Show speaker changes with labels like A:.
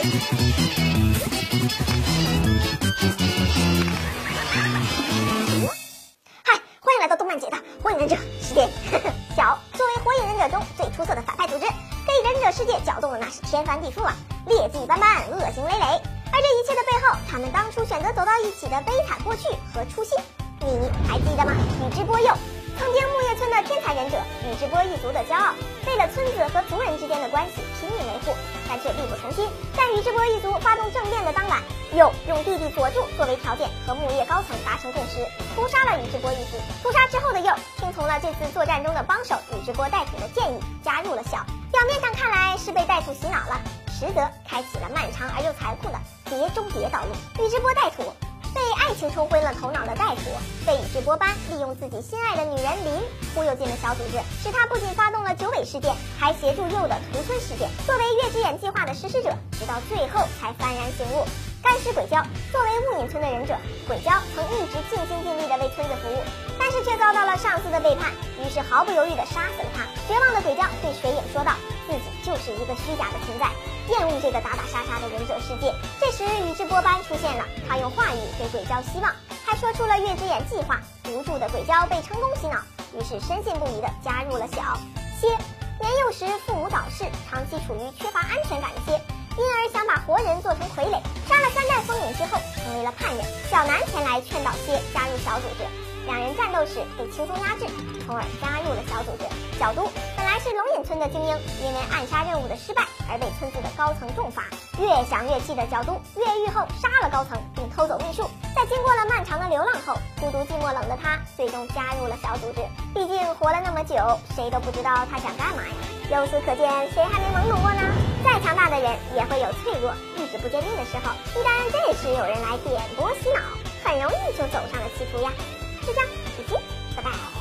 A: 嗨，欢迎来到动漫姐的火影忍者世界。小作为火影忍者中最出色的反派组织，给忍者世界搅动的那是天翻地覆啊，劣迹斑斑，恶行累累。而这一切的背后，他们当初选择走到一起的悲惨过去和初心，你还记得吗？宇智波鼬，曾经木叶村的天才忍者，宇智波一族的骄傲，为了村子和族人之间的关系拼命维护，但却力不从心。在宇智波一族发动政变的当晚，鼬用弟弟佐助作为条件，和木叶高层达成共识，屠杀了宇智波一族。屠杀之后的鼬听从了这次作战中的帮手宇智波带土的建议，加入了小。表面上看来是被带土洗脑了，实则开启了漫长而又残酷的碟中谍道路。宇智波带土被爱情冲昏了头脑的带土，被宇智波斑利用自己心爱的女人琳忽悠进了小组织，使他不仅发动了九尾事件，还协助鼬的屠村事件。作为月之眼计划的实施者，直到最后才幡然醒悟。干尸鬼鲛作为雾隐村的忍者，鬼鲛曾一直尽心尽力地为村子服务，但是却遭到了上司的背叛，于是毫不犹豫地杀死了他。绝望的鬼鲛对水影说道，自己就是一个虚假的存在，厌恶这个打打杀杀的忍者世界。这时宇智波斑出现了，他用话语给鬼鲛希望，还说出了月之眼计划。无助的鬼鲛被成功洗脑，于是深信不疑地加入了小。蝎，年幼时父母早逝，长期处于缺乏安全感的蝎，因而想把活人做成傀儡，杀了3代风影之后成为了叛人。小南前来劝导蝎加入小组织，两人战斗时被轻松压制，从而加入了小组织。小都本来是龙隐村的精英，因为暗杀任务的失败而被村子的高层重罚。越想越气的小都越狱后杀了高层，并偷走秘术。在经过了漫长的流浪后，孤独寂寞冷的他最终加入了小组织。毕竟活了那么久，谁都不知道他想干嘛呀。由此可见，谁还没懵懂过呢？再强大的人也会有脆弱、意志不坚定的时候，一旦这时有人来点拨洗脑，很容易就走上了歧途呀。就这样，再见，拜拜。